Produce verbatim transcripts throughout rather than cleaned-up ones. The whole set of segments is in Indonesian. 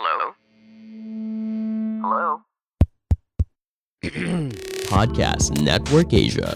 Hello? Hello? Podcast Network Asia.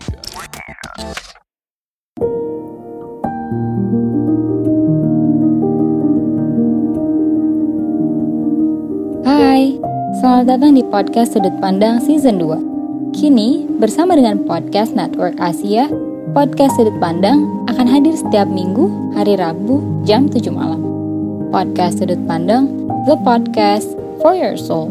Hai, selamat datang di podcast Sudut Pandang Season dua. Kini, bersama dengan Podcast Network Asia, Podcast Sudut Pandang akan hadir setiap minggu, hari Rabu, jam tujuh malam. Podcast Sudut Pandang, the podcast for your soul.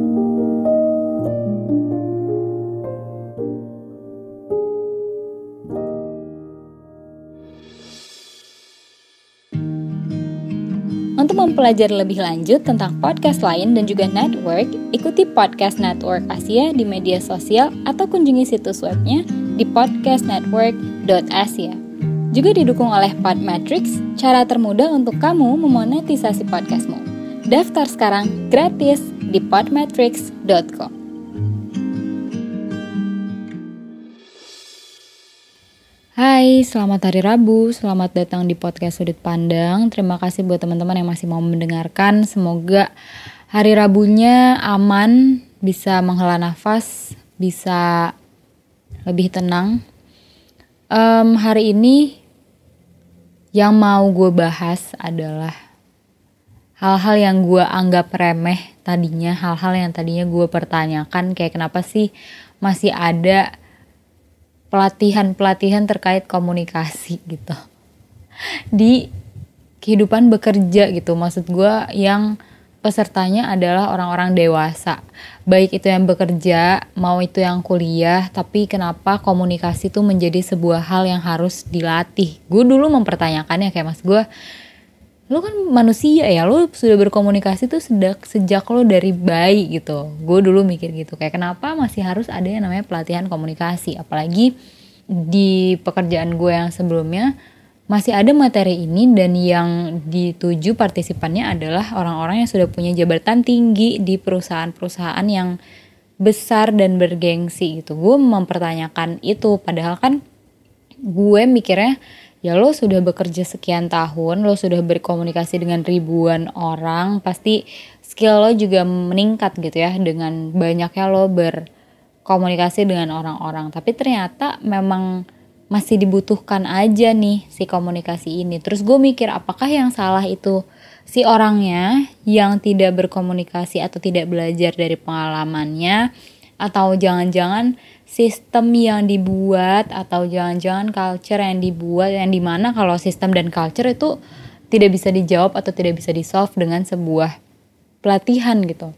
Untuk mempelajari lebih lanjut tentang podcast lain dan juga network, ikuti Podcast Network Asia di media sosial atau kunjungi situs webnya di podcast network dot asia. Juga didukung oleh Podmetrics, cara termudah untuk kamu memonetisasi podcastmu. Daftar sekarang gratis di podmetrics dot com. Hai, selamat hari Rabu, selamat datang di podcast Sudut Pandang. Terima kasih buat teman-teman yang masih mau mendengarkan. Semoga hari Rabunya aman, bisa menghela nafas, bisa lebih tenang. Um, hari ini yang mau gue bahas adalah hal-hal yang gue anggap remeh tadinya, hal-hal yang tadinya gue pertanyakan, kayak kenapa sih masih ada pelatihan-pelatihan terkait komunikasi gitu di kehidupan bekerja gitu. Maksud gue yang pesertanya adalah orang-orang dewasa, baik itu yang bekerja mau itu yang kuliah. Tapi kenapa komunikasi tuh menjadi sebuah hal yang harus dilatih? Gue dulu mempertanyakannya kayak, mas gue, lu kan manusia ya, lu sudah berkomunikasi tuh sejak sejak lu dari bayi gitu. Gue dulu mikir gitu, kayak kenapa masih harus ada yang namanya pelatihan komunikasi. Apalagi di pekerjaan gue yang sebelumnya masih ada materi ini, dan yang dituju partisipannya adalah orang-orang yang sudah punya jabatan tinggi di perusahaan-perusahaan yang besar dan bergengsi gitu. Gue mempertanyakan itu, padahal kan gue mikirnya ya lo sudah bekerja sekian tahun, lo sudah berkomunikasi dengan ribuan orang, pasti skill lo juga meningkat gitu ya dengan banyaknya lo berkomunikasi dengan orang-orang. Tapi ternyata memang masih dibutuhkan aja nih si komunikasi ini. Terus gue mikir, apakah yang salah itu si orangnya yang tidak berkomunikasi atau tidak belajar dari pengalamannya, atau jangan-jangan sistem yang dibuat, atau jangan-jangan culture yang dibuat, yang dimana kalau sistem dan culture itu tidak bisa dijawab atau tidak bisa di-solve dengan sebuah pelatihan gitu.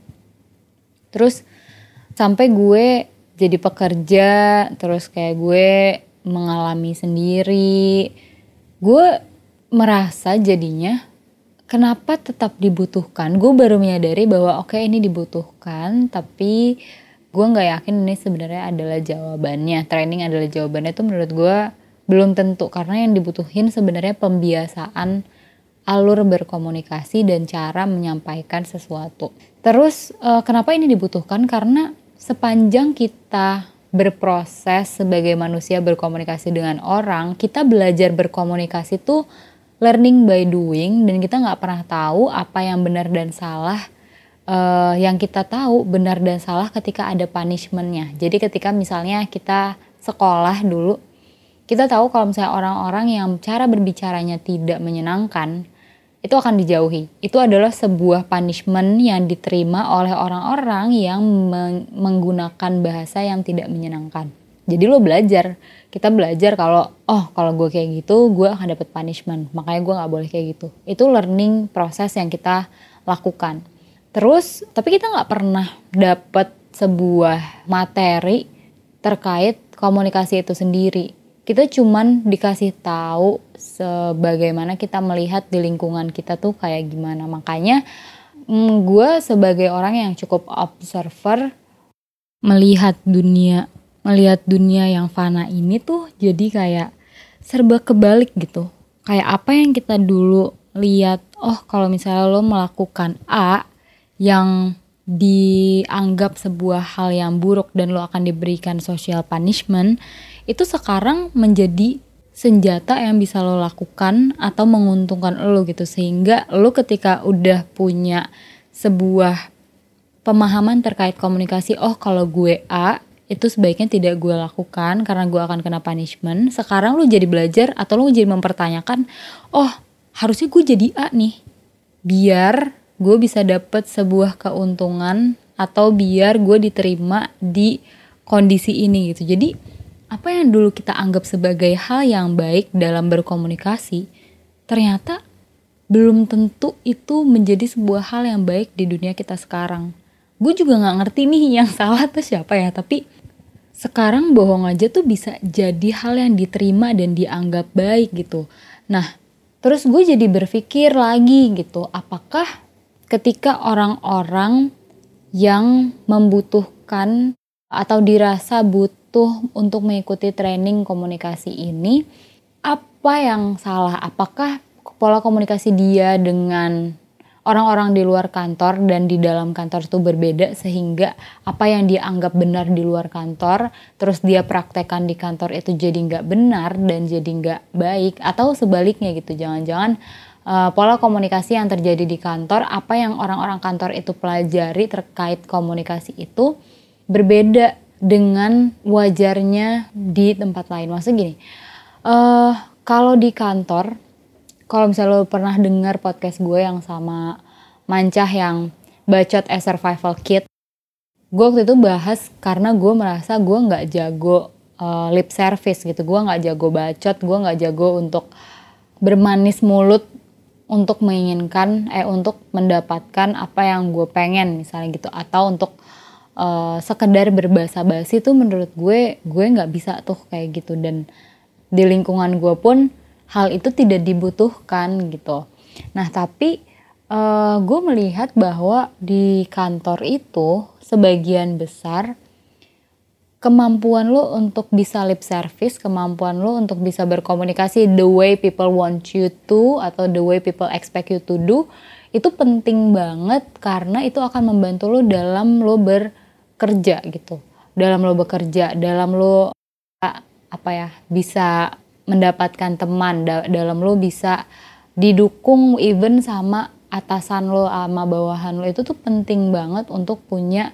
Terus sampai gue jadi pekerja, terus kayak gue mengalami sendiri, gue merasa jadinya kenapa tetap dibutuhkan. Gue baru menyadari bahwa oke okay, ini dibutuhkan, tapi gue nggak yakin ini sebenarnya adalah jawabannya. Training adalah jawabannya, itu menurut gue belum tentu, karena yang dibutuhin sebenarnya pembiasaan alur berkomunikasi dan cara menyampaikan sesuatu. Terus uh, kenapa ini dibutuhkan? Karena sepanjang kita berproses sebagai manusia berkomunikasi dengan orang, kita belajar berkomunikasi tuh learning by doing, dan kita nggak pernah tahu apa yang benar dan salah. Uh, yang kita tahu benar dan salah ketika ada punishment-nya. Jadi ketika misalnya kita sekolah dulu, kita tahu kalau misalnya orang-orang yang cara berbicaranya tidak menyenangkan, itu akan dijauhi. Itu adalah sebuah punishment yang diterima oleh orang-orang yang meng- menggunakan bahasa yang tidak menyenangkan. Jadi lo belajar, kita belajar kalau oh kalau gue kayak gitu gue akan dapat punishment, makanya gue nggak boleh kayak gitu. Itu learning proses yang kita lakukan. Terus tapi kita nggak pernah dapat sebuah materi terkait komunikasi itu sendiri. Kita cuman dikasih tahu sebagaimana kita melihat di lingkungan kita tuh kayak gimana. Makanya mm, gue sebagai orang yang cukup observer, melihat dunia melihat dunia yang fana ini tuh jadi kayak serba kebalik gitu. Kayak apa yang kita dulu lihat, oh kalau misalnya lo melakukan A yang dianggap sebuah hal yang buruk dan lo akan diberikan social punishment, itu sekarang menjadi senjata yang bisa lo lakukan atau menguntungkan lo gitu. Sehingga lo ketika udah punya sebuah pemahaman terkait komunikasi. Oh, kalau gue A itu sebaiknya tidak gue lakukan karena gue akan kena punishment. Sekarang lu jadi belajar atau lu jadi mempertanyakan, oh harusnya gue jadi A nih, biar gue bisa dapet sebuah keuntungan atau biar gue diterima di kondisi ini gitu. Jadi apa yang dulu kita anggap sebagai hal yang baik dalam berkomunikasi, ternyata belum tentu itu menjadi sebuah hal yang baik di dunia kita sekarang. Gue juga gak ngerti nih yang salah tuh siapa ya, tapi sekarang bohong aja tuh bisa jadi hal yang diterima dan dianggap baik gitu. Nah, terus gue jadi berpikir lagi gitu, apakah ketika orang-orang yang membutuhkan atau dirasa butuh untuk mengikuti training komunikasi ini, apa yang salah? Apakah pola komunikasi dia dengan orang-orang di luar kantor dan di dalam kantor itu berbeda sehingga apa yang dia anggap benar di luar kantor terus dia praktekkan di kantor itu jadi nggak benar dan jadi nggak baik, atau sebaliknya gitu, jangan-jangan uh, pola komunikasi yang terjadi di kantor, apa yang orang-orang kantor itu pelajari terkait komunikasi itu berbeda dengan wajarnya di tempat lain. Maksudnya gini, uh, kalau di kantor, kalau misalnya lo pernah dengar podcast gue yang sama Mancah yang bacot as survival kit, gue waktu itu bahas karena gue merasa gue nggak jago uh, lip service gitu, gue nggak jago bacot, gue nggak jago untuk bermanis mulut untuk menginginkan, eh untuk mendapatkan apa yang gue pengen misalnya gitu, atau untuk uh, sekedar berbahasa basi tuh menurut gue gue nggak bisa tuh kayak gitu, dan di lingkungan gue pun hal itu tidak dibutuhkan gitu. Nah tapi uh, gue melihat bahwa di kantor itu sebagian besar kemampuan lo untuk bisa lip service, kemampuan lo untuk bisa berkomunikasi the way people want you to atau the way people expect you to do, itu penting banget karena itu akan membantu lo dalam lo bekerja gitu. Dalam lo bekerja, dalam lo apa ya, bisa mendapatkan teman, da- dalam lo bisa didukung even sama atasan lo sama bawahan lo, itu tuh penting banget untuk punya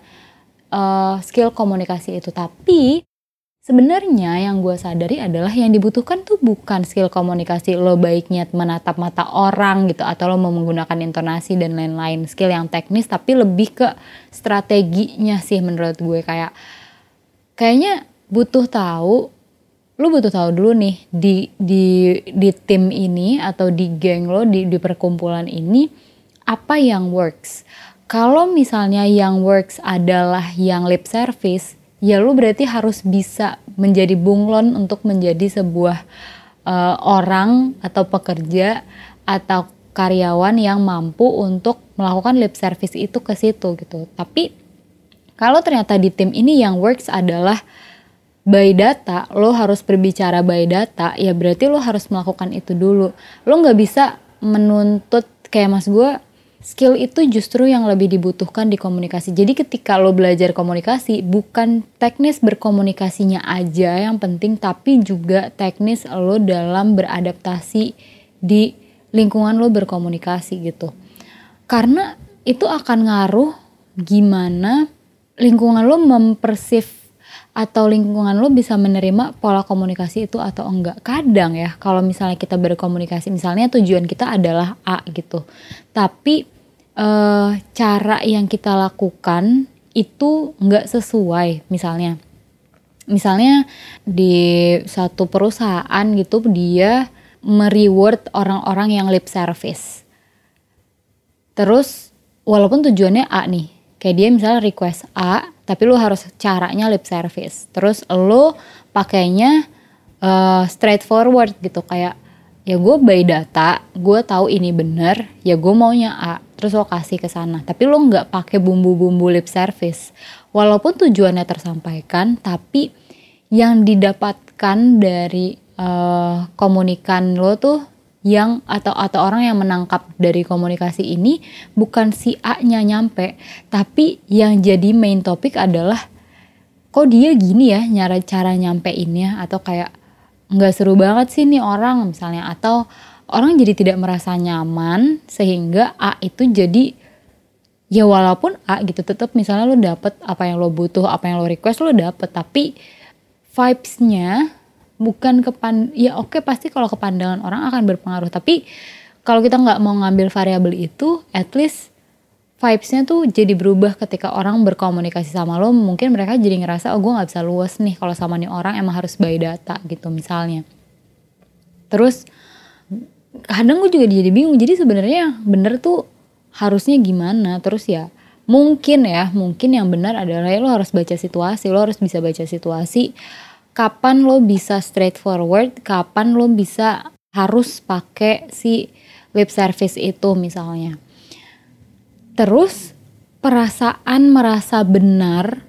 uh, skill komunikasi itu. Tapi sebenarnya yang gue sadari adalah yang dibutuhkan tuh bukan skill komunikasi lo baik niat menatap mata orang gitu, atau lo mau menggunakan intonasi dan lain-lain, skill yang teknis, tapi lebih ke strateginya sih menurut gue. Kayak kayaknya butuh tahu lu butuh tahu dulu nih di di di tim ini atau di geng lo, di di perkumpulan ini apa yang works. Kalau misalnya yang works adalah yang lip service, ya lu berarti harus bisa menjadi bunglon untuk menjadi sebuah uh, orang atau pekerja atau karyawan yang mampu untuk melakukan lip service itu ke situ gitu. Tapi kalau ternyata di tim ini yang works adalah by data, lo harus berbicara by data, ya berarti lo harus melakukan itu dulu. Lo gak bisa menuntut, kayak mas gue, skill itu justru yang lebih dibutuhkan di komunikasi. Jadi ketika lo belajar komunikasi, bukan teknis berkomunikasinya aja yang penting, tapi juga teknis lo dalam beradaptasi di lingkungan lo berkomunikasi gitu. Karena itu akan ngaruh gimana lingkungan lo mempersif atau lingkungan lo bisa menerima pola komunikasi itu atau enggak. Kadang ya kalau misalnya kita berkomunikasi, misalnya tujuan kita adalah A gitu, tapi e, cara yang kita lakukan itu enggak sesuai. Misalnya misalnya di satu perusahaan gitu, dia mereward orang-orang yang lip service, terus walaupun tujuannya A nih, kayak dia misalnya request A, tapi lo harus caranya lip service. Terus lo pakainya uh, straightforward gitu, kayak ya gue by data, gue tahu ini bener, ya gue maunya A. Terus lo kasih ke sana. Tapi lo nggak pakai bumbu-bumbu lip service. Walaupun tujuannya tersampaikan, tapi yang didapatkan dari uh, komunikan lo tuh yang atau atau orang yang menangkap dari komunikasi ini bukan si A-nya nyampe, tapi yang jadi main topik adalah kok dia gini ya nyara cara nyampeinnya, atau kayak nggak seru banget sih nih orang misalnya, atau orang jadi tidak merasa nyaman sehingga A itu jadi ya walaupun A gitu, tetap misalnya lo dapet apa yang lo butuh, apa yang lo request lo dapet, tapi vibes-nya bukan kepan ya oke pasti kalau ke pandangan orang akan berpengaruh, tapi kalau kita nggak mau ngambil variabel itu, at least vibes-nya tuh jadi berubah ketika orang berkomunikasi sama lo. Mungkin mereka jadi ngerasa, oh gue gak bisa luas nih kalau sama nih orang, emang harus by data gitu misalnya. Terus kadang gue juga jadi bingung, jadi sebenarnya bener tuh harusnya gimana. Terus ya mungkin ya, mungkin yang benar adalah ya lo harus baca situasi, lo harus bisa baca situasi. Kapan lo bisa straightforward, kapan lo bisa harus pakai si lip service itu misalnya. Terus perasaan merasa benar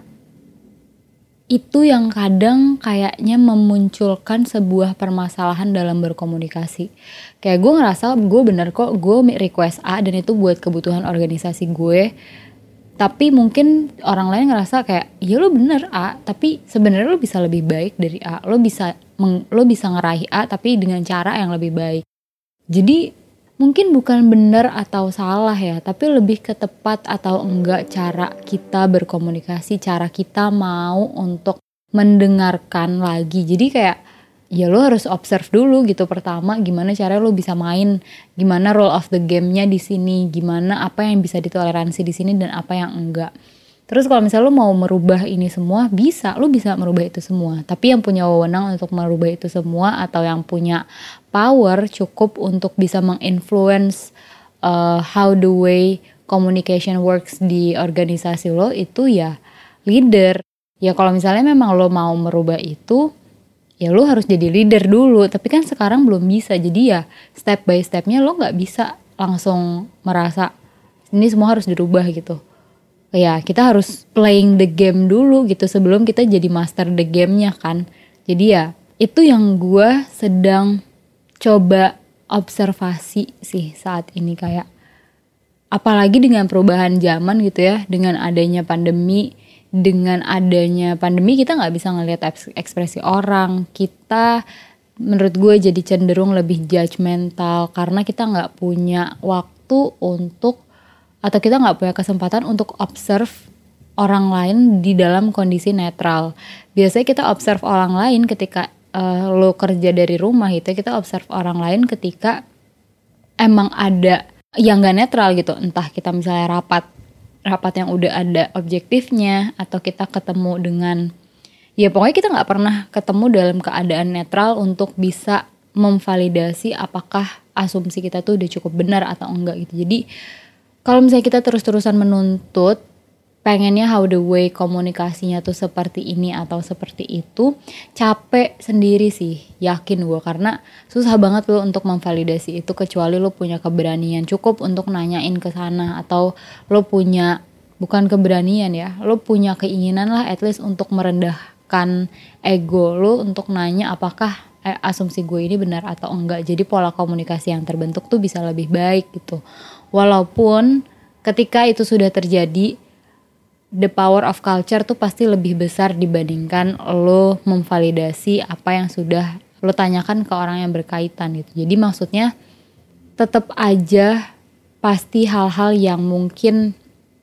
itu yang kadang kayaknya memunculkan sebuah permasalahan dalam berkomunikasi. Kayak gue ngerasa gue bener kok, gue request A dan itu buat kebutuhan organisasi gue. Tapi mungkin orang lain ngerasa kayak, ya lo bener A, tapi sebenarnya lo bisa lebih baik dari A. Lo bisa meng, lo bisa ngeraih A tapi dengan cara yang lebih baik. Jadi mungkin bukan benar atau salah ya, tapi lebih ke tepat atau enggak cara kita berkomunikasi, cara kita mau untuk mendengarkan lagi. Jadi kayak ya lo harus observe dulu gitu pertama, gimana cara lo bisa main, gimana role of the game-nya di sini, gimana apa yang bisa ditoleransi di sini dan apa yang enggak. Terus kalau misalnya lo mau merubah ini semua, bisa, lo bisa merubah itu semua. Tapi yang punya wewenang untuk merubah itu semua atau yang punya power cukup untuk bisa menginfluence uh, how the way communication works di organisasi lo itu ya leader. Ya kalau misalnya memang lo mau merubah itu, ya lo harus jadi leader dulu. Tapi kan sekarang belum bisa, jadi ya step by stepnya lo gak bisa langsung merasa ini semua harus dirubah gitu. Ya kita harus playing the game dulu gitu sebelum kita jadi master the game-nya kan. Jadi ya itu yang gue sedang coba observasi sih saat ini, kayak apalagi dengan perubahan zaman gitu ya, dengan adanya pandemi, dengan adanya pandemi kita nggak bisa ngelihat ekspresi orang, kita menurut gue jadi cenderung lebih judgmental karena kita nggak punya waktu untuk atau kita nggak punya kesempatan untuk observe orang lain di dalam kondisi netral. Biasanya kita observe orang lain ketika uh, lo kerja dari rumah gitu, kita observe orang lain ketika emang ada yang nggak netral gitu. Entah kita misalnya rapat, rapat yang udah ada objektifnya, atau kita ketemu dengan, ya pokoknya kita nggak pernah ketemu dalam keadaan netral untuk bisa memvalidasi apakah asumsi kita tuh udah cukup benar atau enggak gitu. Jadi kalau misalnya kita terus-terusan menuntut pengennya how the way komunikasinya tuh seperti ini atau seperti itu, capek sendiri sih, yakin gue, karena susah banget lo untuk memvalidasi itu kecuali lo punya keberanian cukup untuk nanyain ke sana, atau lo punya, bukan keberanian ya, lo punya keinginan lah at least untuk merendahkan ego lo untuk nanya apakah eh, asumsi gue ini benar atau enggak. Jadi pola komunikasi yang terbentuk tuh bisa lebih baik gitu. Walaupun ketika itu sudah terjadi, the power of culture tuh pasti lebih besar dibandingkan lo memvalidasi apa yang sudah lo tanyakan ke orang yang berkaitan gitu. Jadi maksudnya tetap aja pasti hal-hal yang mungkin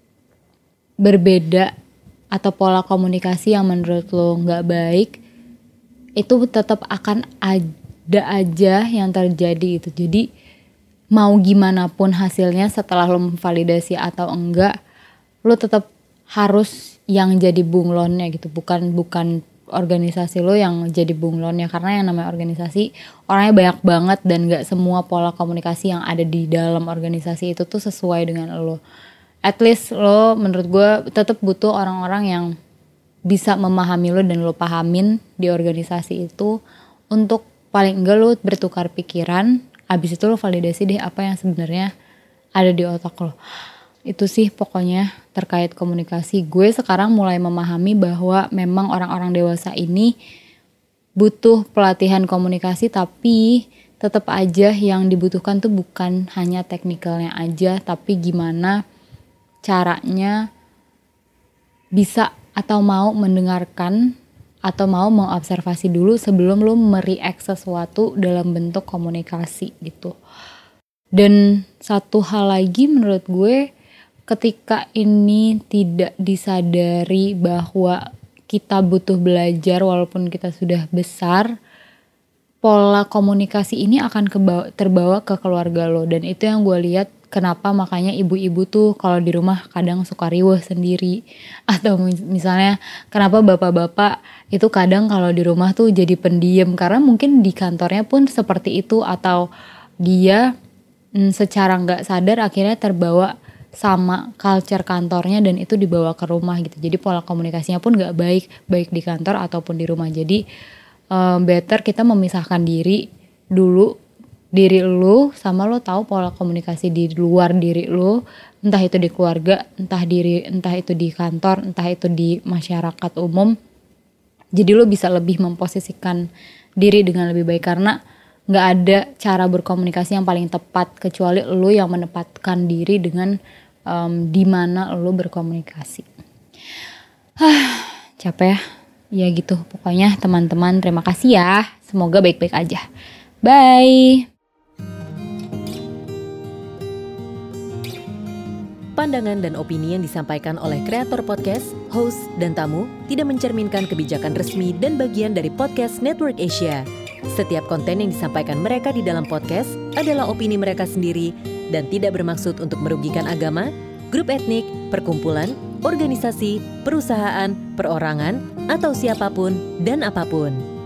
berbeda atau pola komunikasi yang menurut lo gak baik itu tetap akan ada aja yang terjadi itu. Jadi mau gimana pun hasilnya setelah lo memvalidasi atau enggak, lo tetap harus yang jadi bunglonnya gitu, bukan bukan organisasi lo yang jadi bunglonnya, karena yang namanya organisasi orangnya banyak banget dan nggak semua pola komunikasi yang ada di dalam organisasi itu tuh sesuai dengan lo. At least lo menurut gue tetap butuh orang-orang yang bisa memahami lo dan lo pahamin di organisasi itu, untuk paling enggak lo bertukar pikiran. Abis itu lo validasi deh apa yang sebenarnya ada di otak lo. Itu sih pokoknya terkait komunikasi. Gue sekarang mulai memahami bahwa memang orang-orang dewasa ini butuh pelatihan komunikasi, tapi tetap aja yang dibutuhkan tuh bukan hanya teknikalnya aja, tapi gimana caranya bisa atau mau mendengarkan atau mau mengobservasi dulu sebelum lo mereact sesuatu dalam bentuk komunikasi gitu. Dan satu hal lagi menurut gue, ketika ini tidak disadari bahwa kita butuh belajar walaupun kita sudah besar, pola komunikasi ini akan kebawa, terbawa ke keluarga lo. Dan itu yang gue lihat kenapa makanya ibu-ibu tuh kalau di rumah kadang suka riweh sendiri. Atau misalnya kenapa bapak-bapak itu kadang kalau di rumah tuh jadi pendiam, karena mungkin di kantornya pun seperti itu, atau dia hmm, secara gak sadar akhirnya terbawa sama culture kantornya dan itu dibawa ke rumah gitu. Jadi pola komunikasinya pun gak baik, baik di kantor ataupun di rumah. Jadi um, better kita memisahkan diri dulu, diri lu sama lo tahu pola komunikasi di luar diri lu, entah itu di keluarga, entah diri, entah itu di kantor, entah itu di masyarakat umum. Jadi lu bisa lebih memposisikan diri dengan lebih baik, karena nggak ada cara berkomunikasi yang paling tepat kecuali lu yang menempatkan diri dengan um, di mana lu berkomunikasi. Hah, capek ya. Ya gitu, pokoknya teman-teman terima kasih ya. Semoga baik-baik aja. Bye. Pandangan dan opini yang disampaikan oleh kreator podcast, host, dan tamu tidak mencerminkan kebijakan resmi dan bagian dari podcast Network Asia. Setiap konten yang disampaikan mereka di dalam podcast adalah opini mereka sendiri dan tidak bermaksud untuk merugikan agama, grup etnik, perkumpulan, organisasi, perusahaan, perorangan, atau siapapun dan apapun.